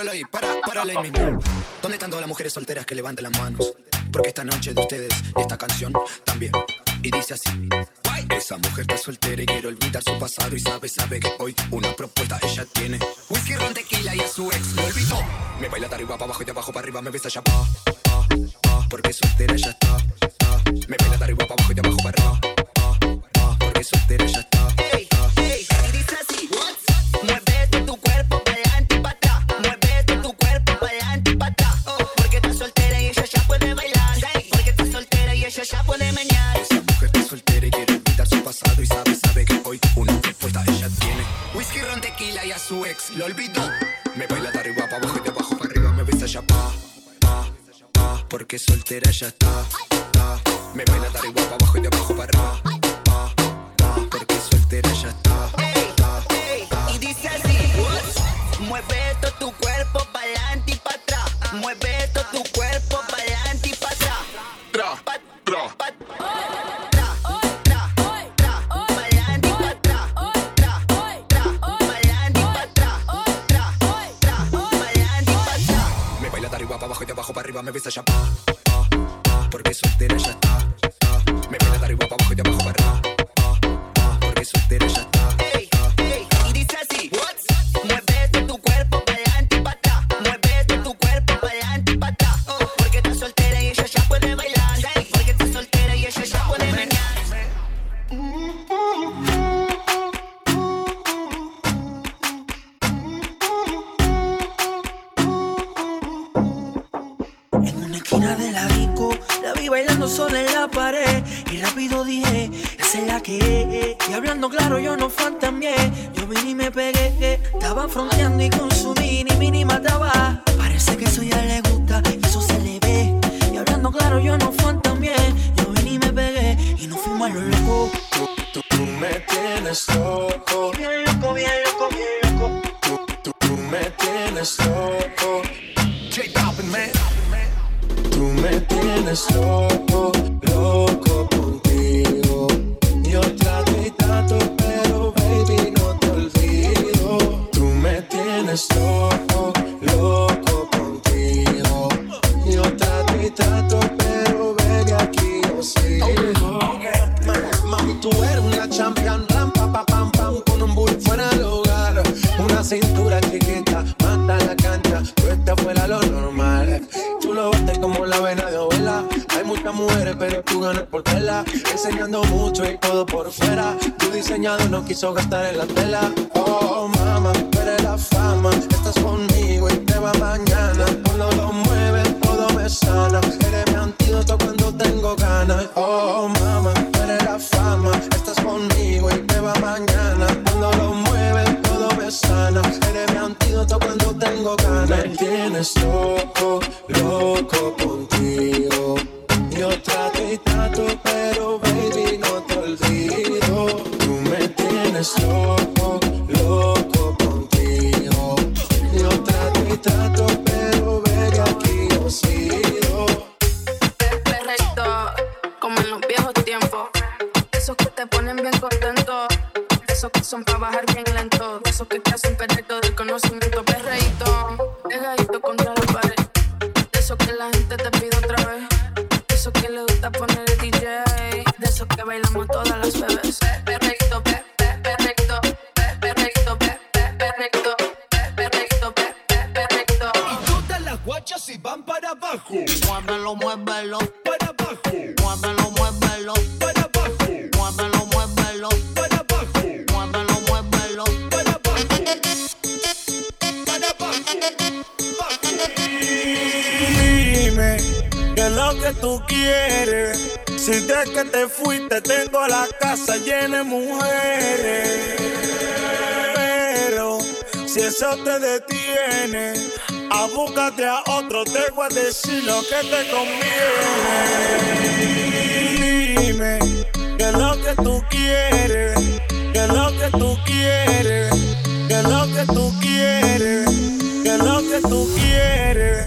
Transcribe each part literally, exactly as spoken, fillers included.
páralo ahí, para, páralo ahí mismo. ¿Dónde están todas las mujeres solteras que levanten las manos? Porque esta noche de ustedes, esta canción también. Y dice así: esa mujer está soltera y quiere olvidar su pasado. Y sabe, sabe que hoy una propuesta ella tiene. Whisky, ron, tequila y a su ex lo olvidó. Me baila de arriba para abajo y de abajo para arriba. Me besa ya pa, pa, pa. Porque soltera ya está, pa. Me baila de arriba para abajo y de abajo para arriba, pa, pa. Porque soltera ya está. Hey, hey, y dice así: muévete tu cuerpo para adelante y para atrás. Muévete tu cuerpo para adelante y para atrás. Oh, porque estás soltera y ella ya puede bailar. Porque estás soltera y ella ya puede menear. Esa mujer está soltera y quiere olvidar su pasado. Y sabe, sabe que hoy una respuesta ella tiene. Whisky, ron, tequila y a su ex lo olvidó. Me baila de arriba para abajo y de abajo para arriba. Me besa ya pa, pa, pa. Porque soltera ya está, ta. Me baila de arriba para abajo y de abajo para arriba, pa, pa. Porque soltera ya está, ta. Hey, y dice así: mueve todo tu cuerpo para adelante y para atrás. Mueve todo tu cuerpo para adelante y para atrás. Tra, tra. Pa- tra, tra, tra, pa' adelante y pa' atrás. Tra, tra, pa' adelante y pa' atrás. Tra, tra, pa' adelante y pa' atrás. Me baila de arriba para abajo y de abajo para arriba. Me besa ya pa, pa, pa. Porque soltera ya está, ta. Me baila de arriba para abajo y de abajo para arriba, pa, pa. Porque soltera ya está, Hey, ta. hey, y dice así: mueve todo tu cuerpo para adelante y para atrás. Mueve todo tu cuerpo para adelante y para atrás. Oh, porque estás soltera y ella ya puede bailar. Porque estás soltera y ella ya puede menear. En una esquina de la disco la vi bailando sola en la pared. Y rápido dije: esa es la que es. Y hablando claro yo no fantameé. Yo vine y me pegué. Estaba fronteando y con su mini mini mataba. Parece que eso ya le gusta y eso se le ve. Y hablando claro yo no fantameé. Yo vine y me pegué y nos fuimos a lo loco. Tú, tú, tú me tienes loco. Bien loco, bien loco, bien loco. Tú, tú, tú me tienes loco. J-Balvin, man. Tú me tienes loco, loco contigo. Yo trato y trato, pero baby no te olvido. Tú me tienes loco, loco contigo. Yo trato y trato, pero baby aquí yo sigo. Mami, tú eres una champion, ram, pa, pa, pam, pam, con un bull fuera del hogar. Una cintura chiquita, manda la cancha, tú estás fuera lo normal. Tú lo bates como la vena de abuela. Hay muchas mujeres, pero tú ganas por tela. Enseñando mucho y todo por fuera. Tu diseñador no quiso gastar en la tela. Oh, mama, tú eres la fama. Estás conmigo y te va mañana. Cuando lo mueves, todo me sana. Eres mi antídoto cuando tengo ganas. Oh, mama, tú eres la fama. Estás conmigo y te va mañana. Cuando lo mueves, todo me sana. Eres mi antídoto cuando tengo ganas. Me tienes loco, loco contigo. Yo trato y trato, pero baby no te olvido. Tú me tienes loco, loco contigo. Yo trato y trato, pero baby aquí yo sigo. Perreíto, como en los viejos tiempos. Esos que te ponen bien contento. Esos que son pa' bajar bien lento. Esos que te hacen perrito del conocimiento. Perreíto, pegadito contra la pared. Esos que la gente te pide otra vez. Esos que le gusta poner el D J. De esos que bailamos todas las bebés. Perreíto, pe, pe, perreíto, pe, perreíto, pe, pe, perreíto, pe, perreíto, pe, pe, perreíto. Y todas las guachas se van para abajo. Muévelo, muévelo, Para abajo. muévelo, muévelo, Para abajo. muévelo, muévelo, Para abajo. muévelo, muévelo. Para abajo. Para abajo. Abajo. Dime qué es lo que tú quieres. Si de que te fuiste tengo la casa llena de mujeres. Pero si eso te detiene, a búscate a otro, te voy a decir lo que te conviene. Dime qué es lo que tú quieres. Qué es lo que tú quieres. Qué es lo que tú quieres. Qué es lo que tú quieres.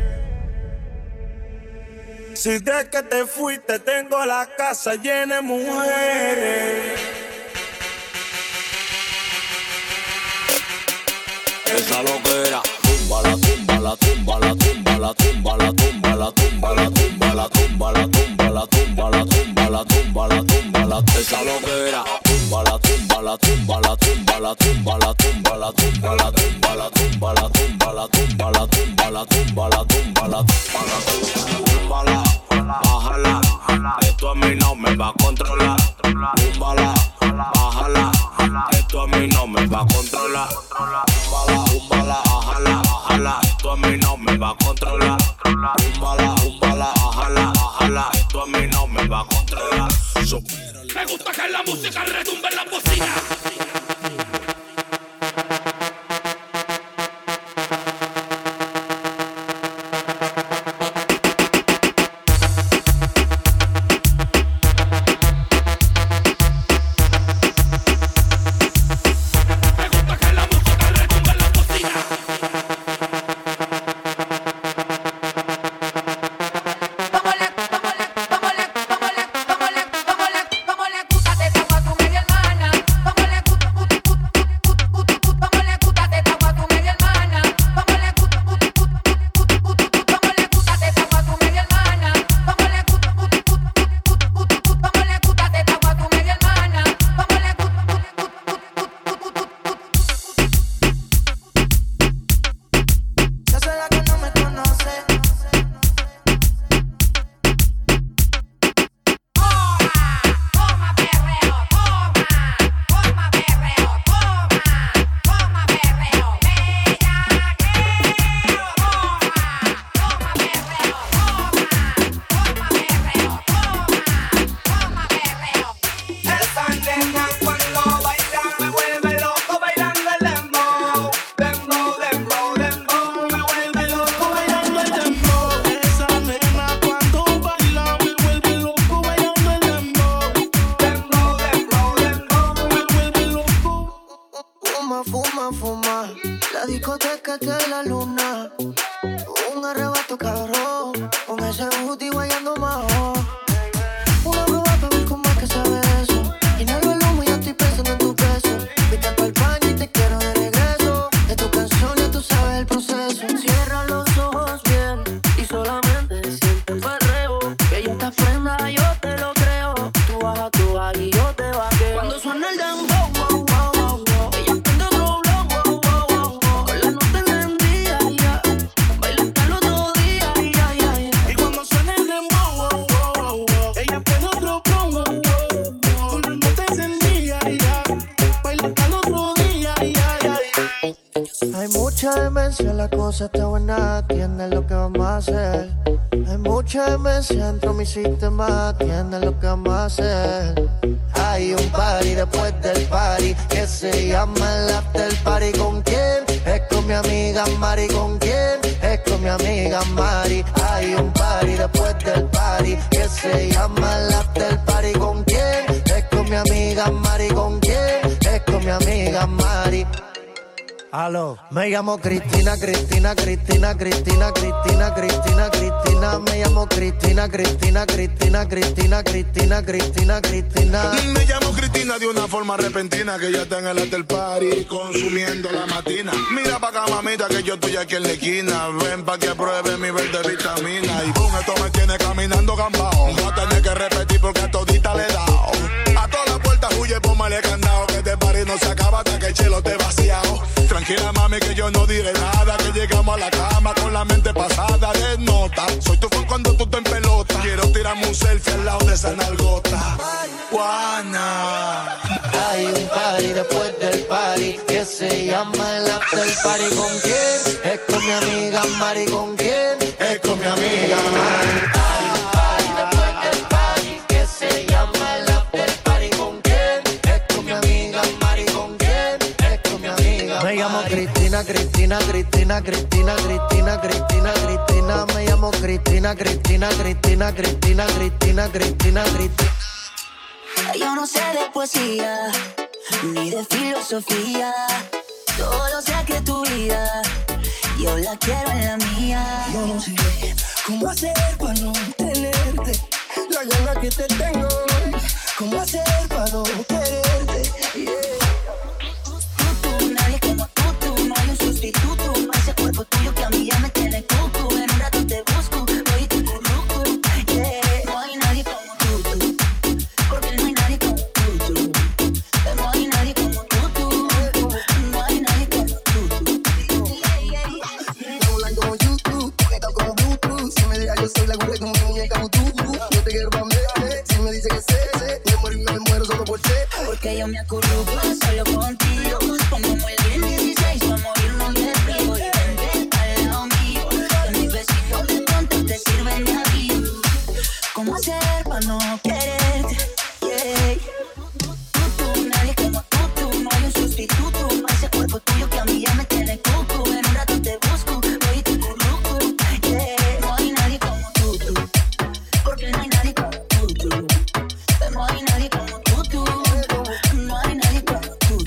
Si de que te fuiste tengo la casa llena de mujeres. Esa loquera, tumba, la tumba, la tumba, la tumba, la tumba, la tumba, la tumba, la tumba, la tumba, la tumba, la tumba, la tumba, la tumba, la tumba, la esa loquera. Tumba, la tumba, la tumba, la tumba, la tumba, la tumba, la tumba, la tumba, la tumba, la tumba, la tumba, la tumba, la tumba, la tumba, la tumba, la bájala, esto a mí no me va a controlar. Túmbala, bájala, esto a mí no me va a controlar. Túmbala, túmbala, bájala, bájala, esto a mí no me va a controlar. Túmbala, túmbala, bájala, bájala, esto a mí no me va a controlar. So, me gusta que la música retumbe en la bocina. La cosa está buena, atiende lo que vamos a hacer. Hay mucha demencia dentro de mi sistema, atiende lo que vamos a hacer. Hay un party después del party que se llama el after party. ¿Con quién? Es con mi amiga Mari. ¿Con quién? Es con mi amiga Mari. Hay un party después del party que se llama el after party. ¿Con quién? Es con mi amiga Mari. ¿Con quién? Es con mi amiga Mari. Aló, me llamo Cristina, Cristina, Cristina, Cristina, Cristina, Cristina, Cristina. Me llamo Cristina, Cristina, Cristina, Cristina, Cristina, Cristina, Cristina. Me llamo Cristina de una forma repentina que ya está en el after party consumiendo la matina. Mira pa' acá, mamita, que yo estoy aquí en la esquina. Ven pa' que pruebe mi verde vitamina. Y pum, esto me tiene caminando gambao. No tener que repetir porque a todita le he dado. A todas las puertas huye, póngale candado. Que este party no se acaba hasta que el chelo te vaciao. Tranquila, mami, que yo no diré nada. Que llegamos a la cama con la mente pasada de nota. Soy tu fan cuando tú te en pelota. Quiero tirarme un selfie al lado de esa nalgota. Juana. Hay un party después del party que se llama el after party. ¿Con quién? Es con mi amiga Mari. ¿Con quién? Es con mi amiga Mari. Hay un party después del party que se llama el after party. ¿Con quién? Es con mi amiga Mari. ¿Con quién? Es con mi amiga Mari. Me llamo Cristina, Cristina, Cristina, Cristina, Cristina, Cristina, Cristina. Me llamo Cristina, Cristina, Cristina, Cristina, Cristina, Cristina, Cristina. Yo no sé de poesía, ni de filosofía. Todo sé que tu vida, yo la quiero en la mía. Yo no sé cómo hacer para no tenerte, la gana que te tengo. Cómo hacer para no quererte, yeah. Tú, tú, nadie como tú, tú. No hay un sustituto, ese cuerpo me acurruco solo contigo. Pongamos el dieciséis pa' morirnos de frío. Y vente al lado mío, que mis besitos de pronto te sirven de avión. ¿Cómo hacer pa' no quererte? Yeah. Nadie como tú, tú, no hay un sustituto. Ese cuerpo tuyo que a mí ya me tiene cucu. En un rato te busco, voy y te curruco. Yeah. No hay nadie como tú, tú. Porque no hay nadie como tú, tú. No hay nadie como tú, tú. No hay nadie como tú,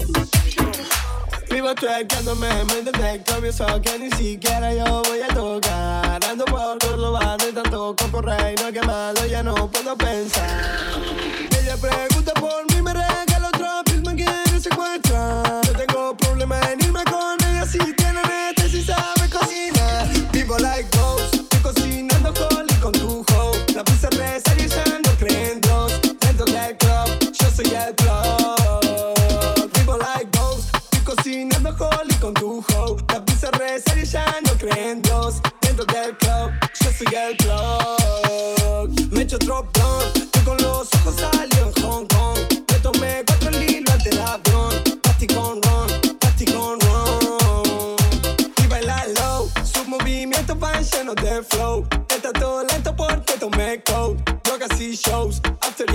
tú. Vivo trackándome, me entendés, comienzo que ni siquiera yo voy a tocar. Ando por Córdoba de tanto cocorrey, no he quemado, ya no puedo pensar. Ella pregunta por mí, me regala otro pis, me quiere secuestrar. No tengo problema en irme con ella si tiene neta, si sabe cocinar. Vivo like ghost, estoy cocinando coli con tu hoe. La puse reza y ella no cree en Dios. Dentro del club, yo soy el plug. Vivo like ghost, estoy cocinando coli con tu hoe. La puse reza y ella no cree en Dios. Dentro del club, yo soy el plug. Me echo drop down, estoy con los ojos salió en Hong Kong. Me tomé cuatro lilos ante el avión. Party con ron, party con ron. Y baila low, sus movimientos van llenos de flow. Está todo lento porque tomé cold. Drogas y shows, after y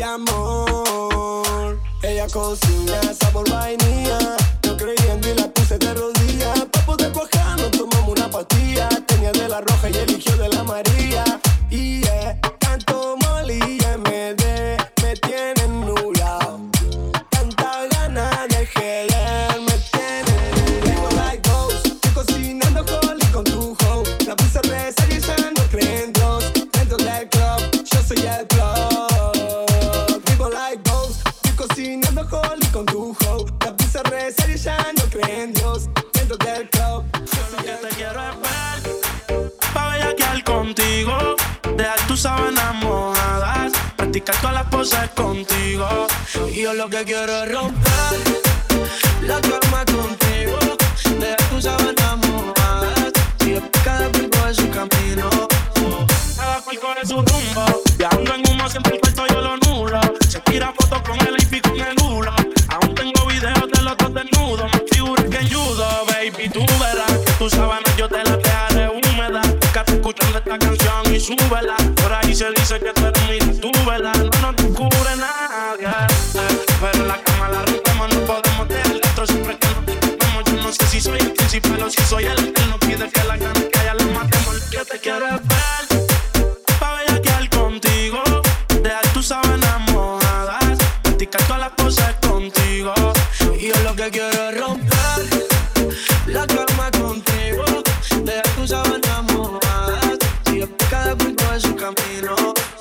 amor. Ella cocina sabor vainilla. No creyendo y la puse de rodillas. Pa' poder bajar nos tomamos una pastilla. Tenía de la roja y eligió de la amarilla. Y yeah, tanto Molly y M D me tienen nublado. Tanta gana de querer me tienen nublado. Like ghost, estoy cocinando coli con tu hoe. La puse a rezar y ella no cree en Dios. Dentro del club, yo soy el plug. Vivo like ghost, estoy cocinando coli con tu hoe. La puse a rezar y ella no cree en Dios. Dentro del club, yo soy el plug. Te quiero ver, pa' bellaquear contigo. Dejar tus sábanas mojadas, practicar todas las poses contigo. Y yo lo que quiero es romper la cama contigo. Dejar tus sábanas mojadas, sigue cada brinco de su camino. Cada cual coge su rumbo, viajando en humo siempre el cuarto yo lo nulo. Se tira fotos con el I P con el hulo. Aún tengo videos de los dos desnudos, más figuras que en judo. Baby, tú verás que tus sábanas yo te las dejaré húmedas. Quédate escuchando esta canción y súbela. Por ahí se dice que tú eres mi tú, ¿verdad? No nos descubre nadie, eh. Pero en la cama la rompemos, no podemos dejar dentro siempre que nos discutamos. Yo no sé si soy el principal o si soy el que no pide que la gana que haya le matemos. Lo que te quiero es ver, pa' bellaquear contigo. Dejar tus sábanas mojadas, practicar todas las poses contigo. Y yo lo que quiero es romper la cama contigo. Dejar tus sábanas mojadas, sigue cada brinco de su camino.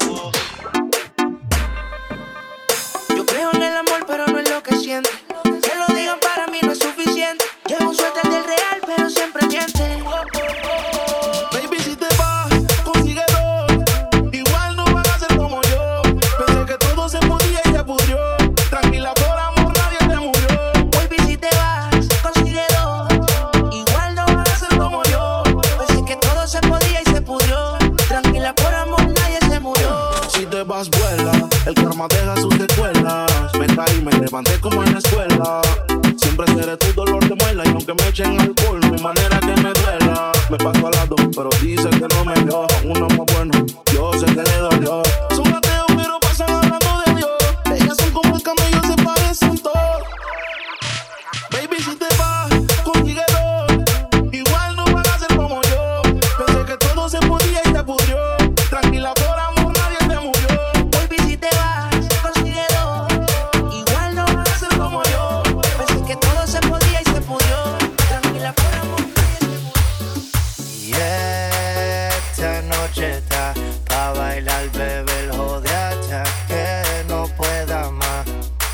Yo creo en el amor, pero no es lo que siente. Que lo digan para mí no es suficiente. Llevo un suéter del real, pero siempre miente. Baby, si te vas, consigue dos. Igual no van a ser como yo. Pensé que todo se podía y se pudrió. Tranquila, por amor, nadie te murió. Baby, si te vas, consigue dos. Igual no van a ser como yo. Pensé que todo se podía y se pudrió. Tranquila, por amor, nadie se murió. Si te vas, vuela. El karma deja sus secuelas. Me caí, me levanté como en la escuela. Siempre seré tu dolor de muela. Y aunque me echen alcohol, no hay manera que me duela. Me paso al lado, pero dice que no me dio. Uno más bueno, yo sé que le dolió. Son ateos, pero pasan hablando de Dios. Ellas son como el camello, se parecen todos. Baby, si te vas, consigue dos. Igual no van a ser como yo. Pensé que todo se podía y se pudrió. Tranquila, por amor, nadie te murió. Baby, si te vas, consigue dos. Igual no van a ser como yo. Pensé que todo se podía y se pudrió. Tranquila, por amor, nadie se murió. Y esta noche está pa' bailar, bebé, el jode hasta que no pueda más.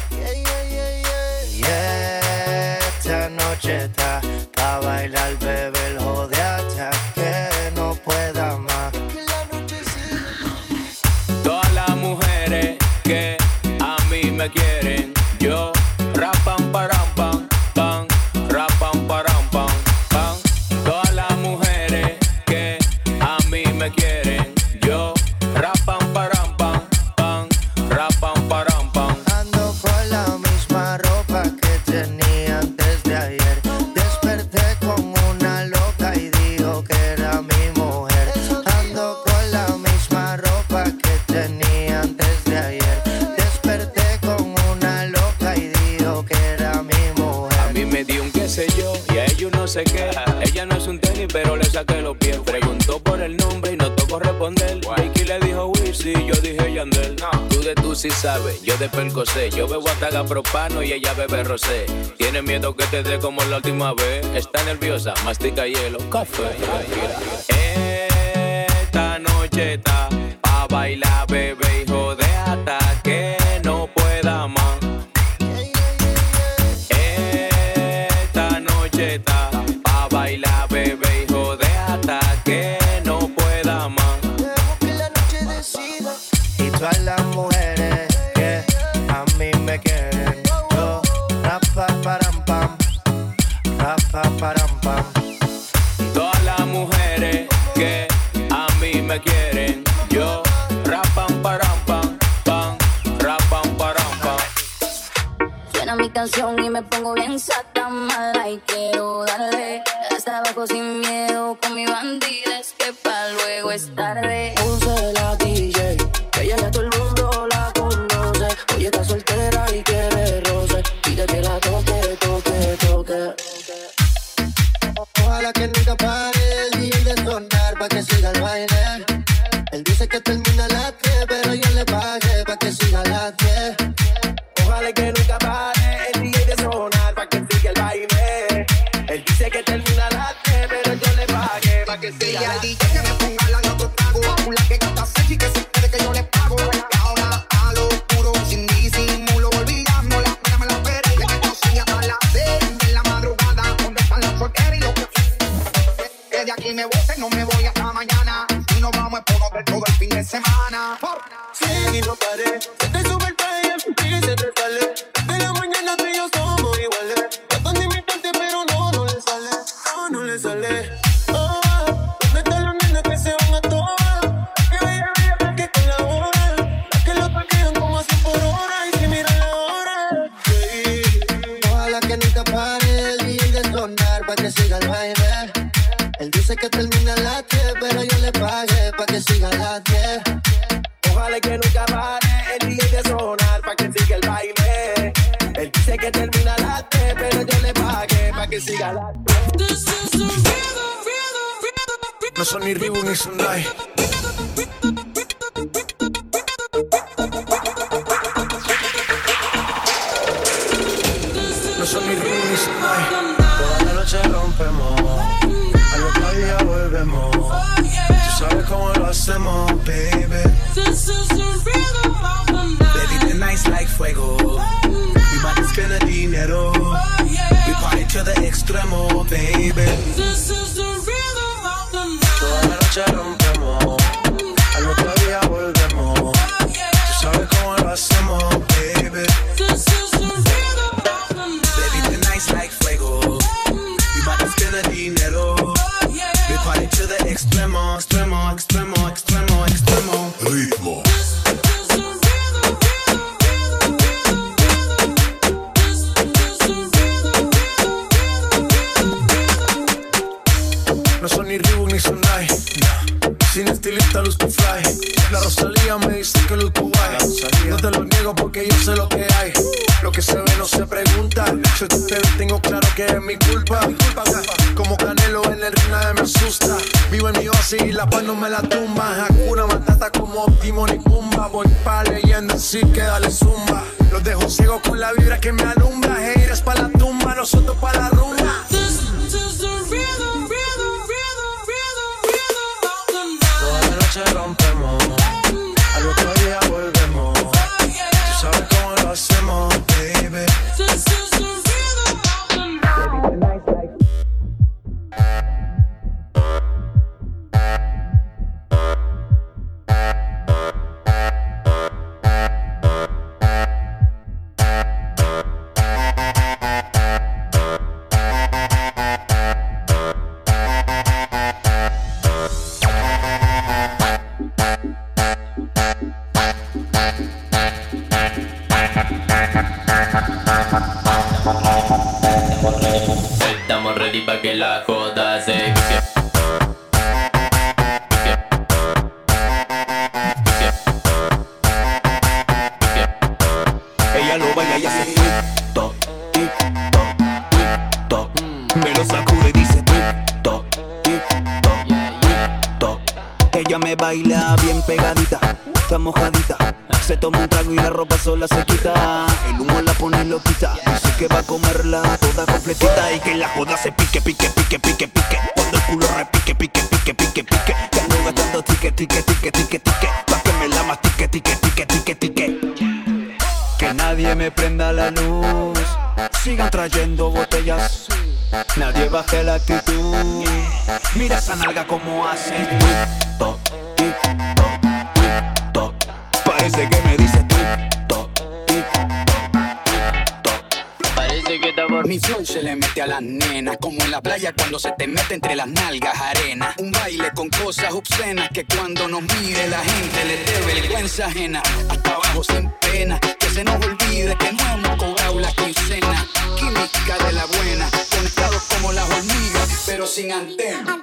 Y esta noche está pa' bailar, bebé, el jode hasta que no pueda más. Todas las mujeres que a mí me quieren, yo rapan param pam pam, rapan param pam pam. Todas las mujeres que a mí me quieren, yo rapan param pam pam, rapan param pam. Ando con la misma ropa Ella no es un tenis, pero le saqué los pies. Preguntó por el nombre y no tocó responder. Ricky le dijo Wizzy, yo dije Yandel. Tú de tú sí sabes, yo de Percocé. Yo bebo hasta propano y ella bebe rosé. Tiene miedo que te dé como la última vez. Está nerviosa, mastica hielo, café. Esta noche está pa' bailar, bebé, hijo de hasta que no pueda más. Esta noche está pa' bailar, bebé, hijo de hasta que no pueda más. Dejemos que la noche decida. Y todas las mujeres que a mí me quieren, yo rapa param pam, rapa param pam. Todas las mujeres que a mí me quieren, yo rapan param pam, pam, rapan param pam. Suena mi canción y me pongo bien sata mala y quiero darle hasta abajo sin miedo con mi bandida, es que pa' luego es tarde. Puse la D J, que ella ya todo el mundo la conoce. Hoy está soltera y quiere roce, pide que la toque, toque, toque. Ojalá que nunca pare el D J de sonar pa' que siga el baile. Él dice que termina a las diez, pero yo le pagué pa' que siga a las diez. Ojalá que nunca pare el D J de sonar pa' que siga el baile. Él dice que termina a las diez, pero yo le pagué pa' que siga la D J que me ponga la nota trago, una que canta sexy que se cree que yo le pago. Y ahora a lo oscuro, sin disimulo, olvidando la pena me la esperé. Que esto siga hasta las seis de la madrugada, donde están los solteros y los que que de aquí me voy, no me voy hasta mañana. Y nos vamos a poner todo el fin de semana. Sí, y no paré, se te sube el pay y se te sale. De la mañana tú y yo somos iguales. Tratan de imitarte pero no, no le sale. No, no le sale. Oh, ¿dónde están los nenes que se van a tomar? Que bella, bella, que colaboran. Que lo parquean como a cien por hora y se miran la hora. Sí. Ojalá que nunca pare el D J de sonar pa' que siga el baile. Él dice que termina a las diez, pero yo le pagué pa' que siga a las diez. Ojalá que nunca pare el D J de sonar pa' que siga el baile. Él dice que termina a las diez, pero yo le pagué pa' que siga la diez. No son ni Reebok ni Sunday. No son ni Reebok ni Sunday. Toda la noche rompemos, al otro día volvemos. Tú sabes cómo lo hacemos, baby. Baby, the night's like fuego. We bout to spend the dinero. We party to the extremo, baby. Toda la noche rompemos, al otro día volvemos. Tú sabes cómo lo hacemos, baby. Baby, the night's like fuego. We bout to spend the dinero. We party to the extremo, extremo, extremo, extremo, extremo. Ritmo. No son ni Reebok ni Sunday. Sin estilista luzco fly. La Rosalía me dice que luzco guay. No te lo niego porque yo sé lo que hay. Lo que se ve no se pregunta. Si tú te ves tengo claro que es mi culpa. Como Canelo en el ring nadie me asusta. Vivo en mi oasis y la paz no me la tumba. Hakuna Matata como Timon y Pumba. Voy pa' leyenda así que dale zumba. Los dejo ciegos con la vibra que me alumbra. Haters pa' la tumba, nosotros pa' la rumba. Toda la noche rompemos, al otro día volvemos. Tú sabes cómo lo hacemos, baby. Estamos ready pa' que la joda se pique. Ella lo baila y hace tic toc, tic toc, tic toc. Me lo sacude y dice tic me baila bien pegadita, está mojadita. Se toma un trago y la ropa sola se quita. El humo la pone loquita. Dice que va a comerla toda completita. Y que la joda se pique, pique, pique, pique, pique. Cuando el culo repique, pique, pique, pique, pique. Que ando gastando tique, tique, tique, tique, tique. Pa' que me la mastique, tique, tique, tique, tique. Que nadie me prenda la luz. Sigan trayendo botellas. Nadie baje la actitud. Mira esa nalga como hace. Top, tic, top, tic, top. Parece que me dice tic, top, tic, top. Parece que está por... Mi flow se le mete a las nenas, como en la playa cuando se te mete entre las nalgas arena. Un baile con cosas obscenas que cuando nos mire la gente le dé vergüenza ajena. Hasta abajo sin pena, que se nos olvide que no hemos cobrado la quincena. Química de la buena, conectados como las hormigas, pero sin antena.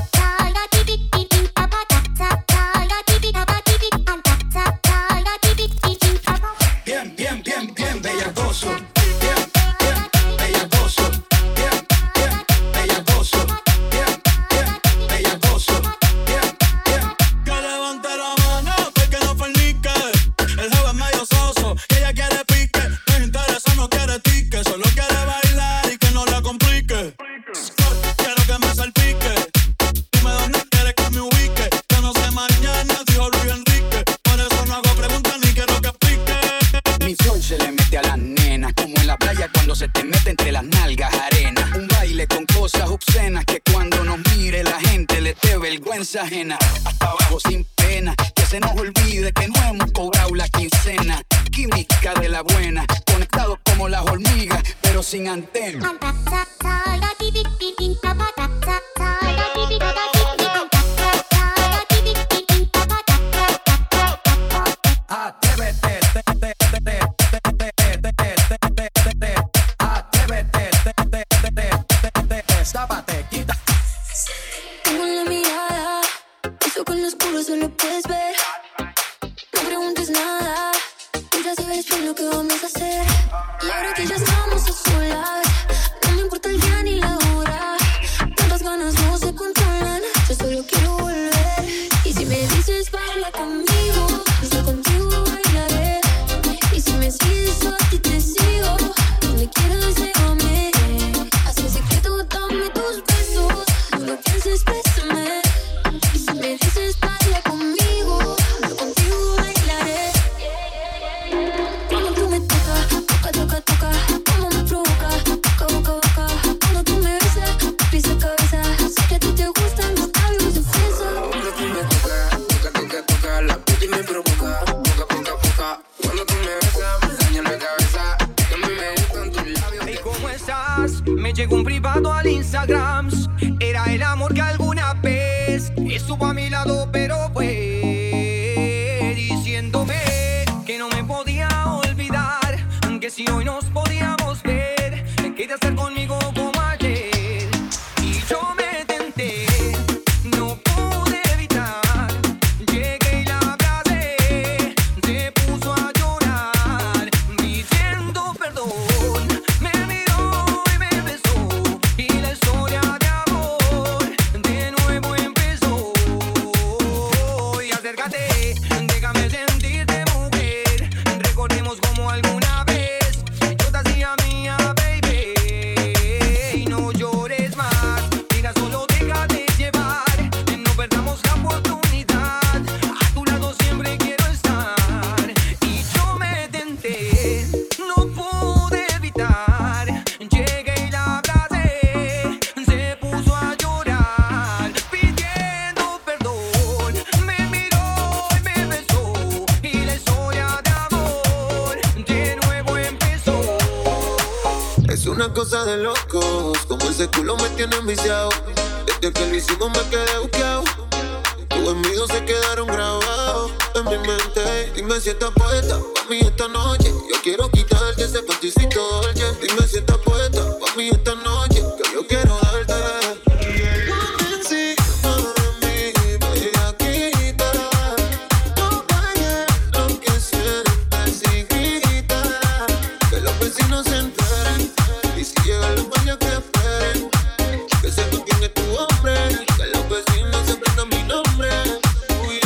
Bien, bien, bien, bien, bellacoso. Bien, bien, bellacoso. Bien, bien, bellacoso. Bien, bien, bellacoso. Bien, bien. Que levante la mano, porque no fornique. El juego es medio soso, que ella quiere pique. No es interesa, no quiere tique. Solo quiere bailar y que no la complique. Quiero que me salpique. Dime dónde quieres que me ubique. Que no sé mañana, dijo Luis Enrique. Por eso no hago preguntas ni quiero que explique. Mi flow se le mete a las nenas, como en la playa cuando se te mete entre las nalgas arena. Un baile con cosas obscenas que cuando nos mire la gente le dé vergüenza ajena. Hasta abajo sin pena, que se nos olvide que no hemos cobrado la quincena. Química de la buena, conectados como las hormigas, pero sin antena. Tengo en la mirada, eso con los oscuro solo puedes ver. No preguntes nada, tú ya sabes bien lo que vamos a hacer. Y ahora que ya estamos a solas, no me importa el día ni la hora. Tantas ganas no se controlan, yo solo quiero volver. Y si me dices baila conmigo, yo contigo bailaré. Y si me sigues yo a ti te sigo, donde quieras llévame. Haz el secreto, dame tus besos, no lo pienses, bésame. Y si me dices baila conmigo, yo contigo bailaré. Cuando tú me tocas, toca, toca, toca, como me provoca, boca, boca, boca. Cuando tú me besas, pisa cabeza, sé que a ti te gustan los labios de fresa. Cuando tú me tocas, toca, toca, toca, la puta me provoca, boca, boca, boca. Cuando tú me besas, me daña la cabeza, que a mí me gustan tus labios. Hey, ¿cómo estás? Me llegó un privado al Instagram. Era el amor que alguna vez estuvo a mi lado, pero fue diciéndome que no me podía olvidar, que si hoy nos podíamos ver, quería estar conmigo como ayer. Y yo me tenté, no pude evitar, llegué y la abracé, se puso a llorar, pidiendo perdón, me miró y me besó, y la historia de amor de nuevo empezó. Y acércate, déjame sentirte mujer, recordemos como alguna vez yo te hacía mía, baby. Y no llores más, mira, solo déjate llevar, no perdamos la oportunidad, a tu lado siempre quiero estar. Y yo me tenté, no pude evitar, llegué y la abracé, se puso a llorar, pidiendo perdón, me miró y me besó, y la historia de amor de nuevo empezó. Es una cosa de locos, como ese culo me tiene enviciado. Desde que lo hicimos me quedé buqueado. Tus envidios se quedaron grabados en mi mente. Dime si estás puesta pa' mí esta noche. Yo quiero quitarte ese panticito dolce. Dime si estás puesta pa' mí esta noche, que yo quiero darte. Encima de mí, bellaquita. No vayas lo que sientes y grita. Que los vecinos se enteren, y si llegan los baños que esperen. Que sepan quién es tu hombre, que los vecinos se aprendan mi nombre. Uy,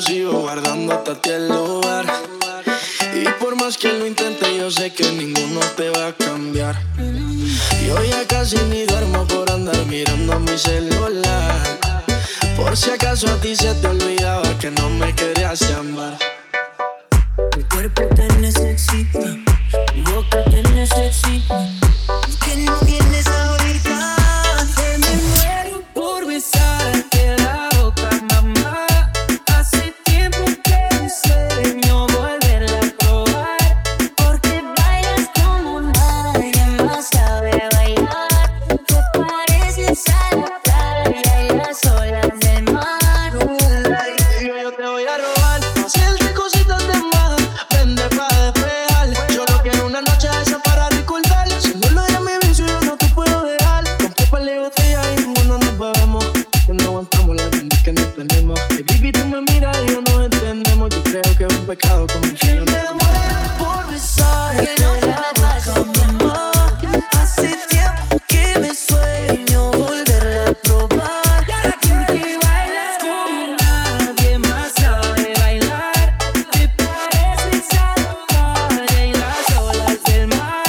yo sigo guardándote a ti el lugar. Y por más que lo intente, yo sé que ninguno te va a cambiar. Yo ya casi ni duermo por andar mirando mi celular. Por si acaso a ti se te olvidaba que no me querías llamar. Mi cuerpo te necesita, mi boca te necesita. Que no vienes ahorita, que me muero por besarte la boca, mamá. Hace tiempo que mi sueño volverla a probar. Porque bailas como nadie más sabe bailar. Te pareces a la playa y las olas del mar. Yo, yo te voy a robar, hacerte cositas de más. Vende pa' despejar. Yo lo quiero una noche esa para recordar. Si no lo de mi vicio, yo no te puedo dejar. Con que par de botellas y ninguno nos bebemos. Que no aguantamos la vida que nos tenemos. Que baby, tú me miras y yo no entendemos. Yo creo que es un pecado como que yo no. Me muero por besarte la boca, mamá. Hace tiempo que me sueño volverla a probar. Que bailas como nadie más sabe bailar. Te pareces a la playa y las olas del mar.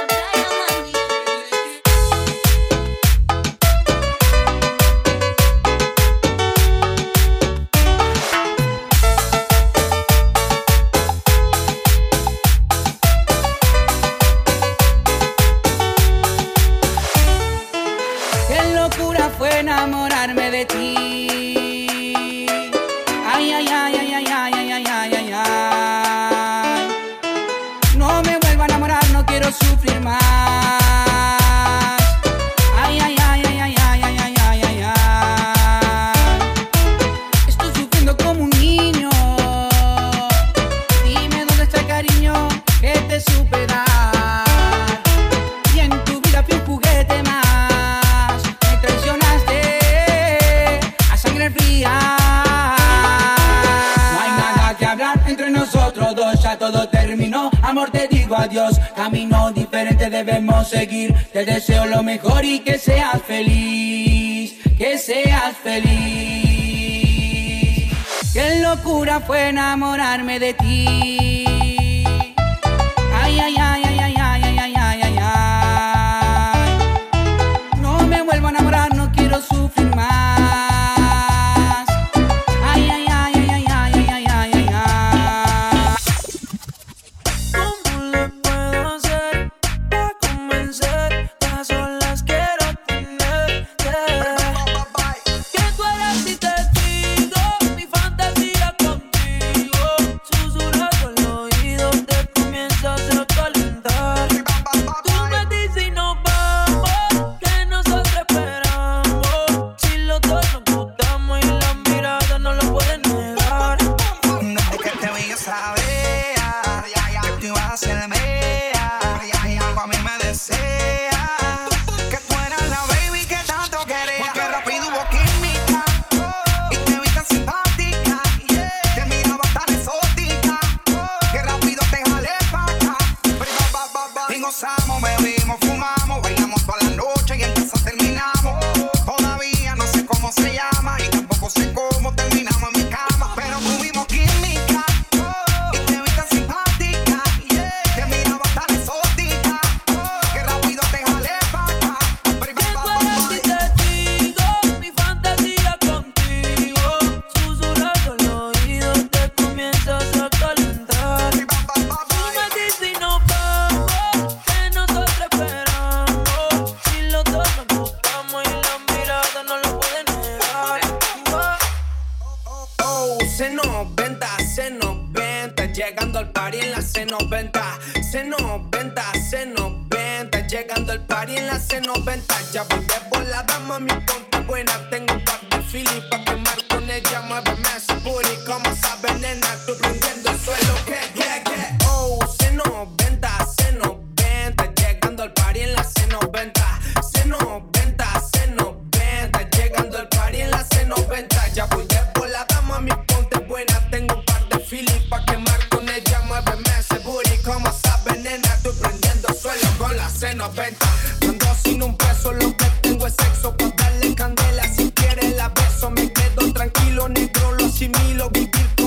Qué locura fue enamorarme de ti. Ay, ay, ay, ay, ay, ay, ay, ay, ay, ay, ay. No me vuelvo a enamorar, no quiero sufrir más. Ay, ay, ay, ay, ay, ay, ay, ay, ay, ay, ay. Estoy sufriendo como un niño. Dime dónde está el cariño que te supe dar. Y en tu vida fui un juguete más. Me traicionaste a sangre fría. No hay nada que hablar entre nosotros dos, ya todo terminó. Amor, te digo adiós. Camino diferente debemos seguir. Te deseo lo mejor y que seas feliz. Que seas feliz. Qué locura fue enamorarme de ti. Ay, ay, ay, ay, ay, ay, ay, ay, ay, ay, ay. No me vuelvo a enamorar, no quiero sufrir más. Ay, ay, ay, ay, ay, ay, ay, ay, ay, ay, ay. ¿Cómo le puedo hacer para convencer? A solas quiero tenerte. Que tú eres mi testigo, mi fantasía contigo. Susurrando al oído te comienzas a calentar. Tú me dices y nos vamos, que nosotros esperamos. Si los dos nos gustamos y la mirada no lo pueden negar. Desde que te vi yo sabía que tú ibas a ser mía. Algo a mí me desea que tú eras la baby que tanto quería. Porque rápido hubo química y te vi tan simpática. Te miraba tan exótica que rápido te jalé pa' acá. Y gozamos, bebimos, fumamos, bailamos toda la noche y en casa terminamos. Todavía no sé cómo se llama y tampoco sé cómo terminamos en mi cama. Pero tuvimos química y te vi tan simpática. Te miraba tan exótica que rápido te jalé pa' acá. Mi testigo, mi fantasía contigo. Susurrando al oído te comienzas a calentar. Tú me dices y nos vamos, que nosotros esperamos. Si los dos nos gustamos y la mirada no lo pueden negar. Oh, C noventa, C noventa, llegando al party en la C noventa. C noventa, C noventa, llegando al party en la C noventa. Ya voy de volada, mami, ponte buena. Tengo un par de feeling pa' quemar con ella. Muéveme ese booty, como sabes, nena, tú prendiendo el suelo. Que, que, que. Oh, C noventa, C noventa, llegando al party en la C noventa. C noventa, C noventa, llegando al party en la C noventa. Ya voy de volada, mami, ponte buena. Tengo un par de feeling pa' quemar con ella. Muéveme ese booty, como sabes, nena, tú prendiendo suelo con la C noventa. Ando sin un peso, lo que tengo es sexo pa' darle candela. Si quieres la beso, me quedo tranquilo, negro, lo asimilo. Vivir con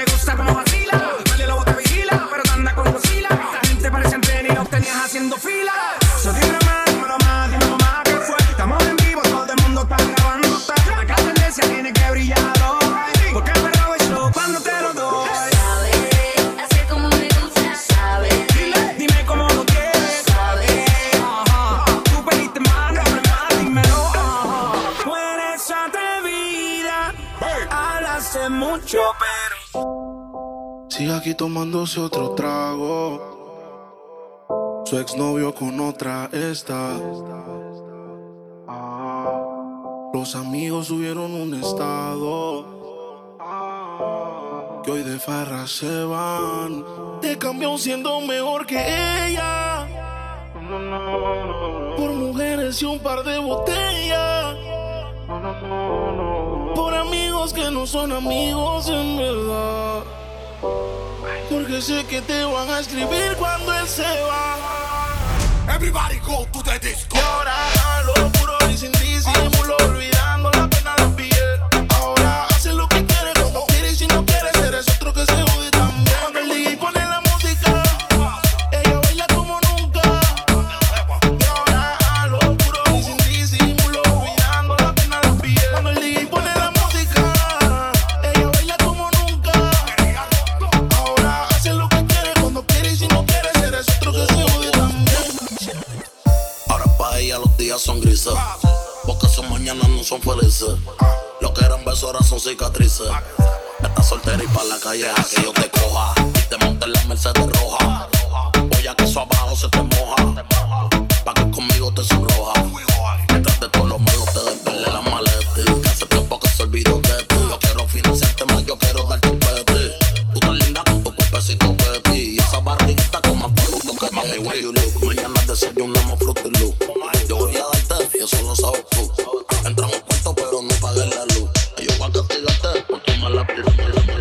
hace mucho, pero sigue aquí tomándose otro trago. Su exnovio con otra está. Ah, los amigos subieron un estado que hoy de farra se van. Te cambió siendo mejor que ella por mujeres y un par de botellas, por amigos que no son amigos en verdad, porque sé que te van a escribir cuando él se va. Everybody go to the disco. Y ahora a lo puro y sin disimulo, olvidando la pena de piel. Ahora hace lo que quiere, como quiere, y si no quiere, eres otro que se jode también. Cuando el D J pone la música, ella baila como nunca. Y ahora a lo puro y sin disimulo, olvidando la pena de piel. Cuando el D J pone la música, ella baila como nunca. Ahora hace lo que quiere, cuando quiere, y si no quiere, eres otro que se jode también. Ahora pa' ella los días son grises, porque sus mañanas no son felices. Lo que eran besos ahora son cicatrices. Estás soltera y pa' la calle a que yo te coja y te monte en la Mercedes roja. Voy a que eso abajo se te moja, pa' que conmigo te sonroja. Detrás de todos los malos te desvele la maleta, que hace tiempo que se olvidó de ti. Yo quiero financiarte más, yo quiero darte un peti. Tú tan linda con tu cuerpecito Betty y esa barriguita con más producto que mami, where you look. Mañana desayunamos fruta y luz. Yo voy a darte y eso lo sabes tú. Entramos cuarto pero no pagues la luz. Yo voy a castigarte por tu mala piel.